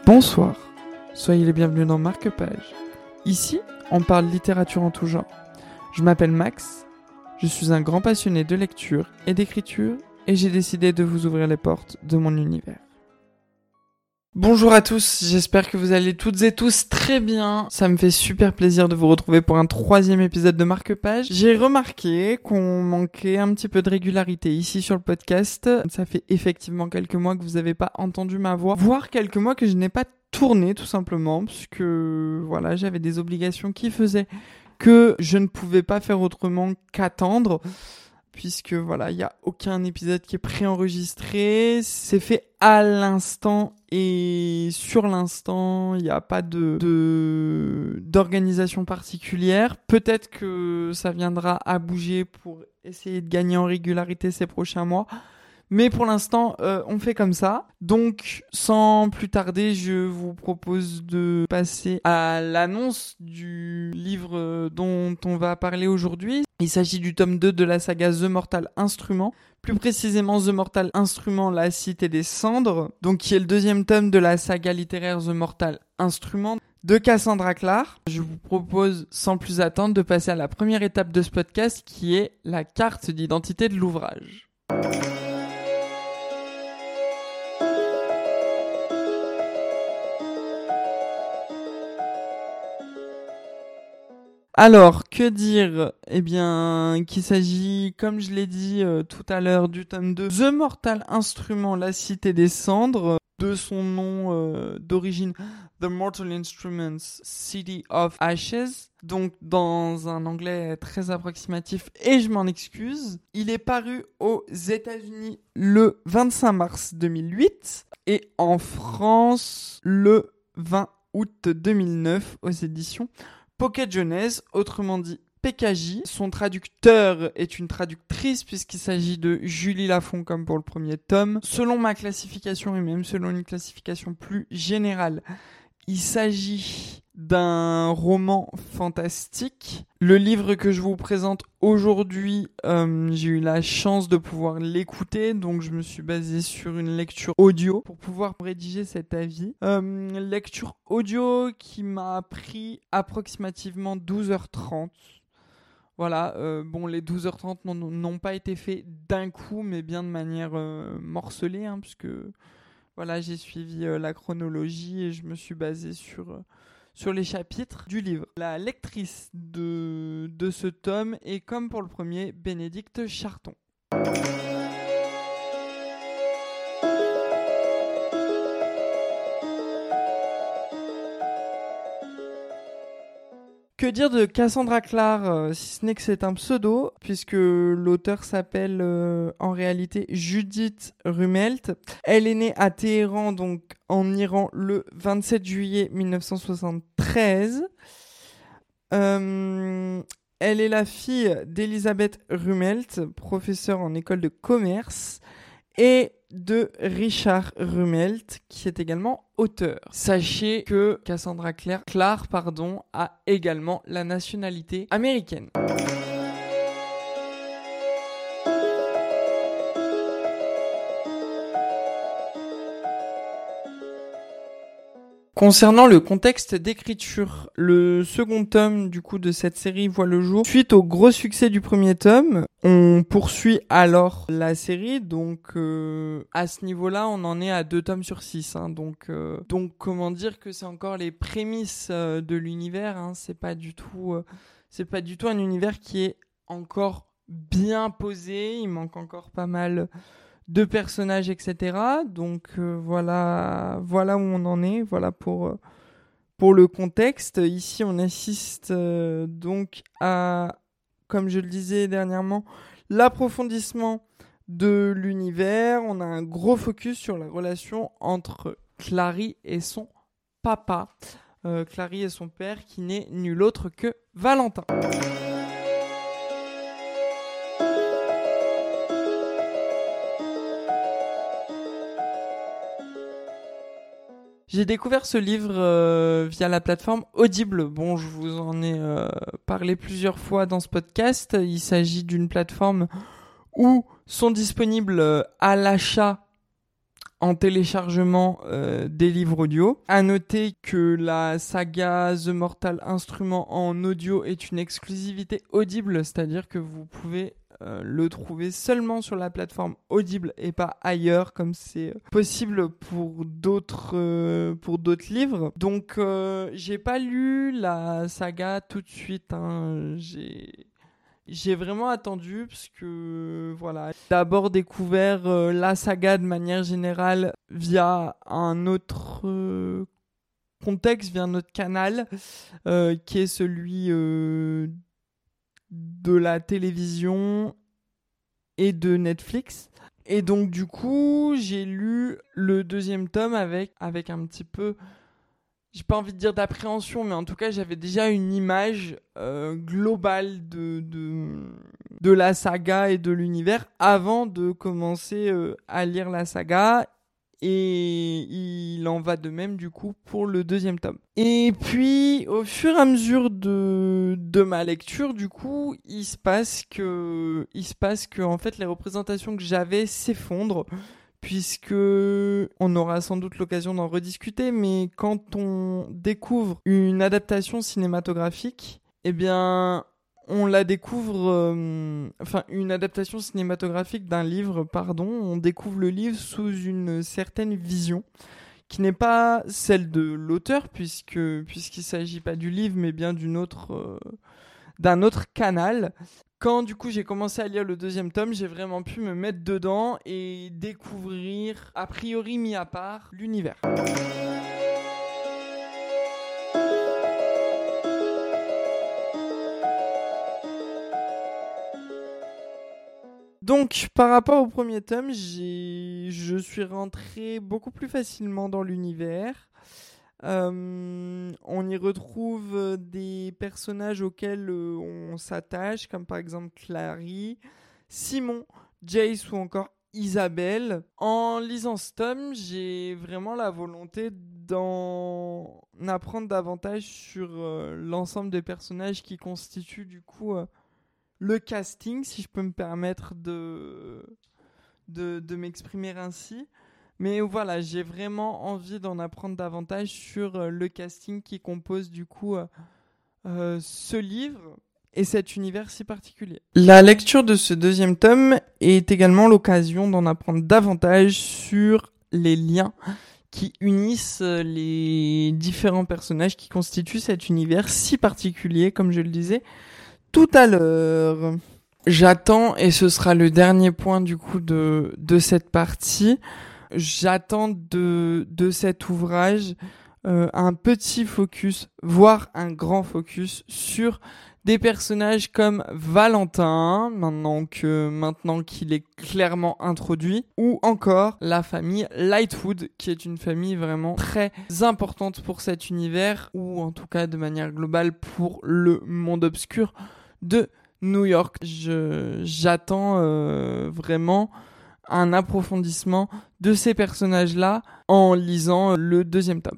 Bonsoir, soyez les bienvenus dans Marque-Page. Ici, on parle littérature en tout genre. Je m'appelle Max, je suis un grand passionné de lecture et d'écriture et j'ai décidé de vous ouvrir les portes de mon univers. Bonjour à tous, j'espère que vous allez toutes et tous très bien. Ça me fait super plaisir de vous retrouver pour un 3e épisode de Marque-Page. J'ai remarqué qu'on manquait un petit peu de régularité ici sur le podcast. Ça fait effectivement quelques mois que vous n'avez pas entendu ma voix, voire quelques mois que je n'ai pas tourné tout simplement, puisque voilà, j'avais des obligations qui faisaient que je ne pouvais pas faire autrement qu'attendre. Puisque voilà, il n'y a aucun épisode qui est préenregistré, c'est fait à l'instant et sur l'instant, il n'y a pas d'organisation particulière. Peut-être que ça viendra à bouger pour essayer de gagner en régularité ces prochains mois. Mais pour l'instant, on fait comme ça. Donc, sans plus tarder, je vous propose de passer à l'annonce du livre dont on va parler aujourd'hui. Il s'agit du tome 2 de la saga The Mortal Instrument. Plus précisément, The Mortal Instrument, la Cité des Cendres. Donc, qui est le 2e tome de la saga littéraire The Mortal Instrument de Cassandra Clare. Je vous propose, sans plus attendre, de passer à la première étape de ce podcast, qui est la carte d'identité de l'ouvrage. Alors, que dire ? Eh bien, qu'il s'agit, comme je l'ai dit tout à l'heure, du tome 2, The Mortal Instrument, la Cité des Cendres, de son nom d'origine, The Mortal Instruments, City of Ashes, donc dans un anglais très approximatif, et je m'en excuse. Il est paru aux États-Unis le 25 mars 2008, et en France le 20 août 2009 aux éditions Pocket Jeunesse, autrement dit PKJ. Son traducteur est une traductrice puisqu'il s'agit de Julie Lafont comme pour le premier tome. Selon ma classification et même selon une classification plus générale, il s'agit d'un roman fantastique. Le livre que je vous présente aujourd'hui, j'ai eu la chance de pouvoir l'écouter, donc je me suis basé sur une lecture audio pour pouvoir rédiger cet avis. Lecture audio qui m'a pris approximativement 12h30. Voilà, les 12h30 n'ont pas été faits d'un coup, mais bien de manière morcelée, puisque voilà, j'ai suivi la chronologie et je me suis basé sur les chapitres du livre. La lectrice de ce tome est, comme pour le premier, Bénédicte Charton. Que dire de Cassandra Clare, si ce n'est que c'est un pseudo, puisque l'auteur s'appelle en réalité Judith Rumelt. Elle est née à Téhéran, donc en Iran, le 27 juillet 1973. Elle est la fille d'Elisabeth Rumelt, professeure en école de commerce, et de Richard Rumelt, qui est également auteur. Sachez que Cassandra Clare a également la nationalité américaine. Concernant le contexte d'écriture, le second tome du coup de cette série voit le jour suite au gros succès du premier tome. On poursuit alors la série, donc à ce niveau-là, on en est à 2 tomes sur 6. Donc comment dire que c'est encore les prémices de l'univers. C'est pas du tout un univers qui est encore bien posé. Il manque encore pas mal de personnages, etc. Donc voilà où on en est. Voilà pour le contexte. Ici, on assiste donc à, comme je le disais dernièrement, l'approfondissement de l'univers. On a un gros focus sur la relation entre Clary et son papa. Clary et son père, qui n'est nul autre que Valentin. J'ai découvert ce livre via la plateforme Audible. Bon, je vous en ai parlé plusieurs fois dans ce podcast. Il s'agit d'une plateforme où sont disponibles à l'achat en téléchargement des livres audio. À noter que la saga The Mortal Instrument en audio est une exclusivité Audible, c'est-à-dire que vous pouvez le trouver seulement sur la plateforme Audible et pas ailleurs comme c'est possible pour d'autres livres. Donc j'ai pas lu la saga tout de suite, hein. J'ai vraiment attendu parce que voilà, j'ai d'abord découvert la saga de manière générale via un autre contexte, via un autre canal qui est celui de la télévision et de Netflix. Et donc du coup, j'ai lu le deuxième tome avec un petit peu, j'ai pas envie de dire d'appréhension, mais en tout cas, j'avais déjà une image globale de la saga et de l'univers avant de commencer à lire la saga. Et il en va de même du coup pour le deuxième tome. Et puis au fur et à mesure de ma lecture, du coup, il se passe que en fait les représentations que j'avais s'effondrent, puisque on aura sans doute l'occasion d'en rediscuter, mais quand on découvre une adaptation cinématographique, eh bien on la découvre, une adaptation cinématographique d'un livre, pardon, on découvre le livre sous une certaine vision, qui n'est pas celle de l'auteur, puisqu'il s'agit pas du livre, mais bien d'un autre canal. Quand du coup j'ai commencé à lire le deuxième tome, j'ai vraiment pu me mettre dedans et découvrir, a priori mis à part, l'univers. Donc, par rapport au premier tome, je suis rentré beaucoup plus facilement dans l'univers. On y retrouve des personnages auxquels on s'attache, comme par exemple Clary, Simon, Jace ou encore Isabelle. En lisant ce tome, j'ai vraiment la volonté d'en apprendre davantage sur l'ensemble des personnages qui constituent du coup le casting, si je peux me permettre de m'exprimer ainsi. Mais voilà, j'ai vraiment envie d'en apprendre davantage sur le casting qui compose du coup ce livre et cet univers si particulier. La lecture de ce deuxième tome est également l'occasion d'en apprendre davantage sur les liens qui unissent les différents personnages qui constituent cet univers si particulier, comme je le disais tout à l'heure. J'attends, et ce sera le dernier point du coup de cette partie, j'attends de cet ouvrage un petit focus, voire un grand focus sur des personnages comme Valentin, maintenant qu'il est clairement introduit, ou encore la famille Lightwood, qui est une famille vraiment très importante pour cet univers, ou en tout cas de manière globale pour le monde obscur de New York. J'attends vraiment un approfondissement de ces personnages-là en lisant le deuxième tome.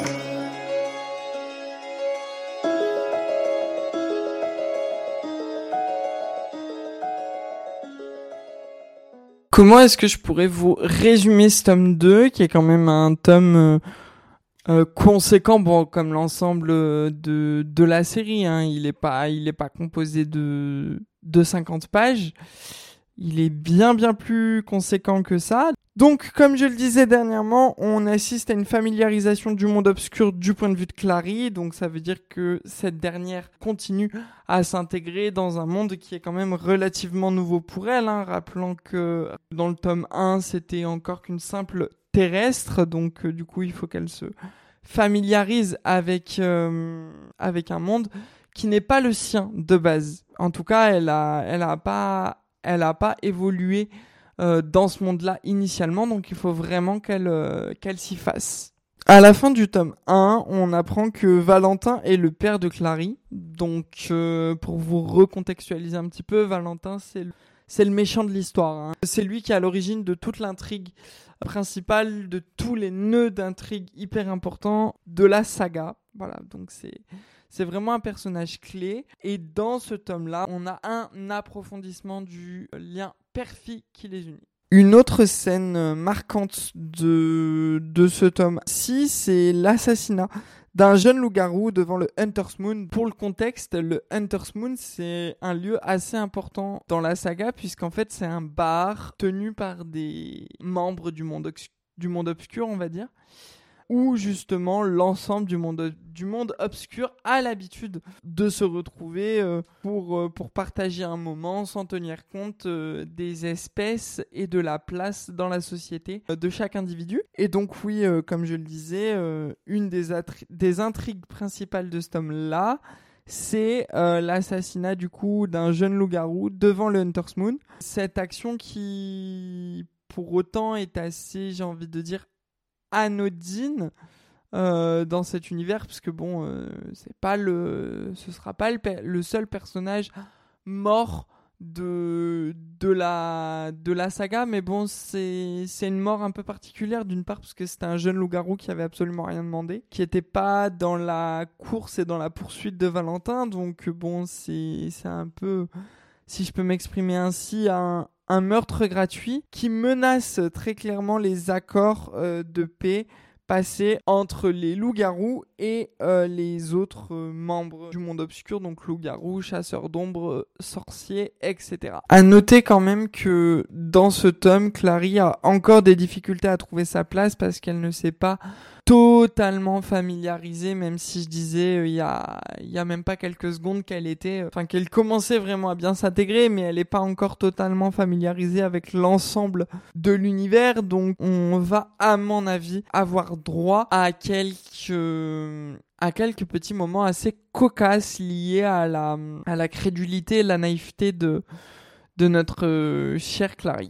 Comment est-ce que je pourrais vous résumer ce tome 2, qui est quand même un tome conséquent, bon, comme l'ensemble de la série, hein. Il est pas composé de 50 pages. Il est bien plus conséquent que ça. Donc, comme je le disais dernièrement, on assiste à une familiarisation du monde obscur du point de vue de Clary. Donc, ça veut dire que cette dernière continue à s'intégrer dans un monde qui est quand même relativement nouveau pour elle, hein. Rappelant que dans le tome 1, c'était encore qu'une simple terrestre. Donc, du coup, il faut qu'elle se familiarise avec un monde qui n'est pas le sien de base. En tout cas, elle a pas évolué dans ce monde-là initialement, donc il faut vraiment qu'elle s'y fasse. À la fin du tome 1, on apprend que Valentin est le père de Clary. Donc, pour vous recontextualiser un petit peu, Valentin, c'est le méchant de l'histoire, hein. C'est lui qui est à l'origine de toute l'intrigue principale, de tous les nœuds d'intrigue hyper importants de la saga. Voilà, donc c'est vraiment un personnage clé. Et dans ce tome-là, on a un approfondissement du lien père-fille qui les unit. Une autre scène marquante de ce tome-ci, c'est l'assassinat d'un jeune loup-garou devant le Hunter's Moon. Pour le contexte, le Hunter's Moon, c'est un lieu assez important dans la saga, puisqu'en fait, c'est un bar tenu par des membres du monde obscur, on va dire, où justement l'ensemble du monde obscur a l'habitude de se retrouver pour partager un moment sans tenir compte des espèces et de la place dans la société de chaque individu. Et donc oui, comme je le disais, une des intrigues principales de ce tome-là, c'est l'assassinat du coup d'un jeune loup-garou devant le Hunter's Moon. Cette action qui, pour autant, est assez, j'ai envie de dire, anodine dans cet univers, parce que bon, ce sera pas le seul personnage mort de la saga, mais bon, c'est une mort un peu particulière, d'une part parce que c'était un jeune loup-garou qui avait absolument rien demandé, qui était pas dans la course et dans la poursuite de Valentin, donc bon, c'est un peu, si je peux m'exprimer ainsi, un meurtre gratuit qui menace très clairement les accords de paix passés entre les loups-garous et les autres membres du monde obscur, donc loups-garous, chasseurs d'ombres, sorciers, etc. À noter quand même que dans ce tome, Clary a encore des difficultés à trouver sa place parce qu'elle ne sait pas totalement familiarisée, même si je disais il y a même pas quelques secondes qu'elle commençait vraiment à bien s'intégrer, mais elle est pas encore totalement familiarisée avec l'ensemble de l'univers, donc on va, à mon avis, avoir droit à quelques petits moments assez cocasses liés à la crédulité et la naïveté de notre chère Clary.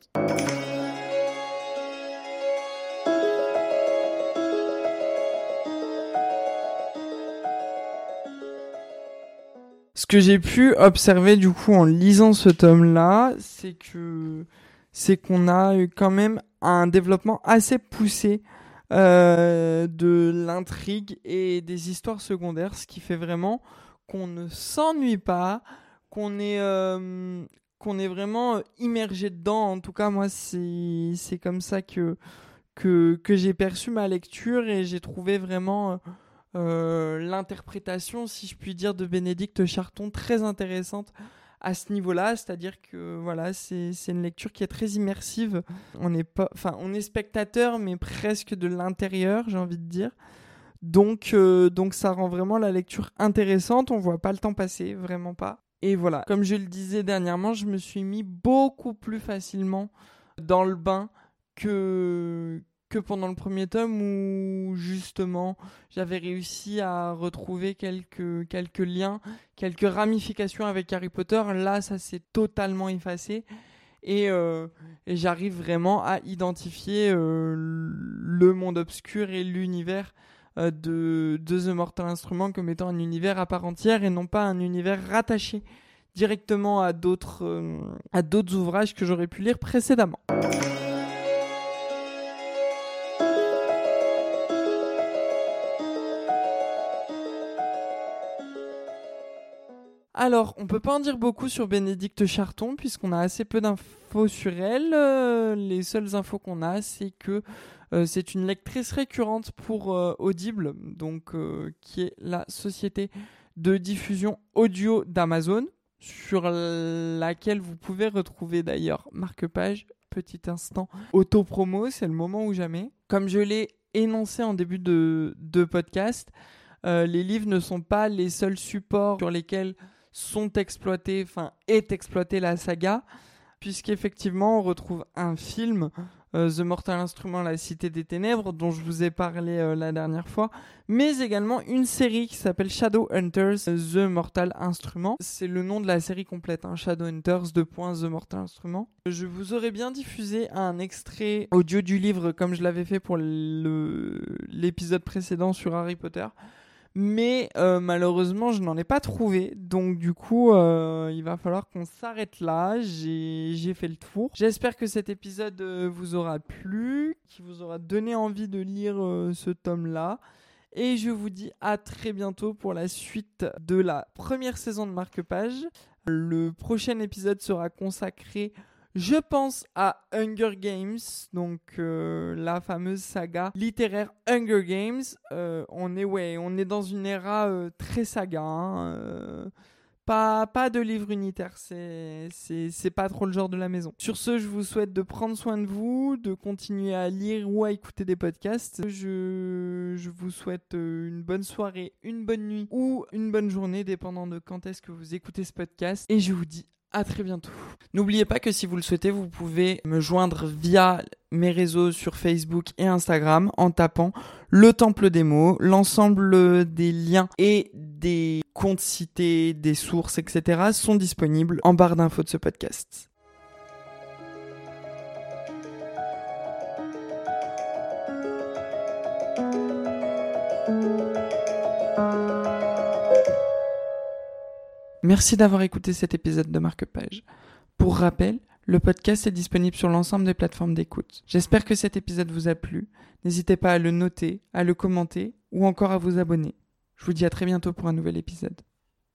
Ce que j'ai pu observer du coup en lisant ce tome-là, c'est qu'on a eu quand même un développement assez poussé de l'intrigue et des histoires secondaires, ce qui fait vraiment qu'on ne s'ennuie pas, qu'on est vraiment immergé dedans. En tout cas, moi, c'est comme ça que j'ai perçu ma lecture, et j'ai trouvé vraiment l'interprétation, si je puis dire, de Bénédicte Charton très intéressante à ce niveau-là, c'est-à-dire que voilà, c'est une lecture qui est très immersive. On est spectateur, mais presque de l'intérieur, j'ai envie de dire. Donc ça rend vraiment la lecture intéressante. On voit pas le temps passer, vraiment pas. Et voilà, comme je le disais dernièrement, je me suis mis beaucoup plus facilement dans le bain que pendant le premier tome, où justement j'avais réussi à retrouver quelques liens, quelques ramifications avec Harry Potter. Là, ça s'est totalement effacé, et j'arrive vraiment à identifier le monde obscur et l'univers de The Mortal Instrument comme étant un univers à part entière et non pas un univers rattaché directement à d'autres ouvrages que j'aurais pu lire précédemment. Alors, on peut pas en dire beaucoup sur Bénédicte Charton puisqu'on a assez peu d'infos sur elle. Les seules infos qu'on a, c'est que c'est une lectrice récurrente pour Audible, donc qui est la société de diffusion audio d'Amazon, sur laquelle vous pouvez retrouver d'ailleurs marque-page, petit instant auto-promo, c'est le moment ou jamais. Comme je l'ai énoncé en début de podcast, les livres ne sont pas les seuls supports sur lesquels est exploitée la saga, puisqu'effectivement on retrouve un film, The Mortal Instrument, la Cité des Ténèbres, dont je vous ai parlé la dernière fois, mais également une série qui s'appelle Shadowhunters, The Mortal Instrument. C'est le nom de la série complète, Shadowhunters, The Mortal Instrument. Je vous aurais bien diffusé un extrait audio du livre, comme je l'avais fait pour l'épisode précédent sur Harry Potter, mais malheureusement je n'en ai pas trouvé, donc du coup il va falloir qu'on s'arrête là. J'ai fait le tour. J'espère que cet épisode vous aura plu, qui vous aura donné envie de lire ce tome là, et je vous dis à très bientôt pour la suite de la première saison de Marque-Page. Le prochain épisode sera consacré Je pense à Hunger Games, donc la fameuse saga littéraire Hunger Games. On est dans une ère très saga. Pas de livre unitaire, c'est pas trop le genre de la maison. Sur ce, je vous souhaite de prendre soin de vous, de continuer à lire ou à écouter des podcasts. Je vous souhaite une bonne soirée, une bonne nuit ou une bonne journée, dépendant de quand est-ce que vous écoutez ce podcast. Et je vous dis à très bientôt. N'oubliez pas que si vous le souhaitez, vous pouvez me joindre via mes réseaux sur Facebook et Instagram en tapant le Temple des mots. L'ensemble des liens et des comptes cités, des sources, etc. sont disponibles en barre d'infos de ce podcast. Merci d'avoir écouté cet épisode de Marque-Page. Pour rappel, le podcast est disponible sur l'ensemble des plateformes d'écoute. J'espère que cet épisode vous a plu. N'hésitez pas à le noter, à le commenter ou encore à vous abonner. Je vous dis à très bientôt pour un nouvel épisode.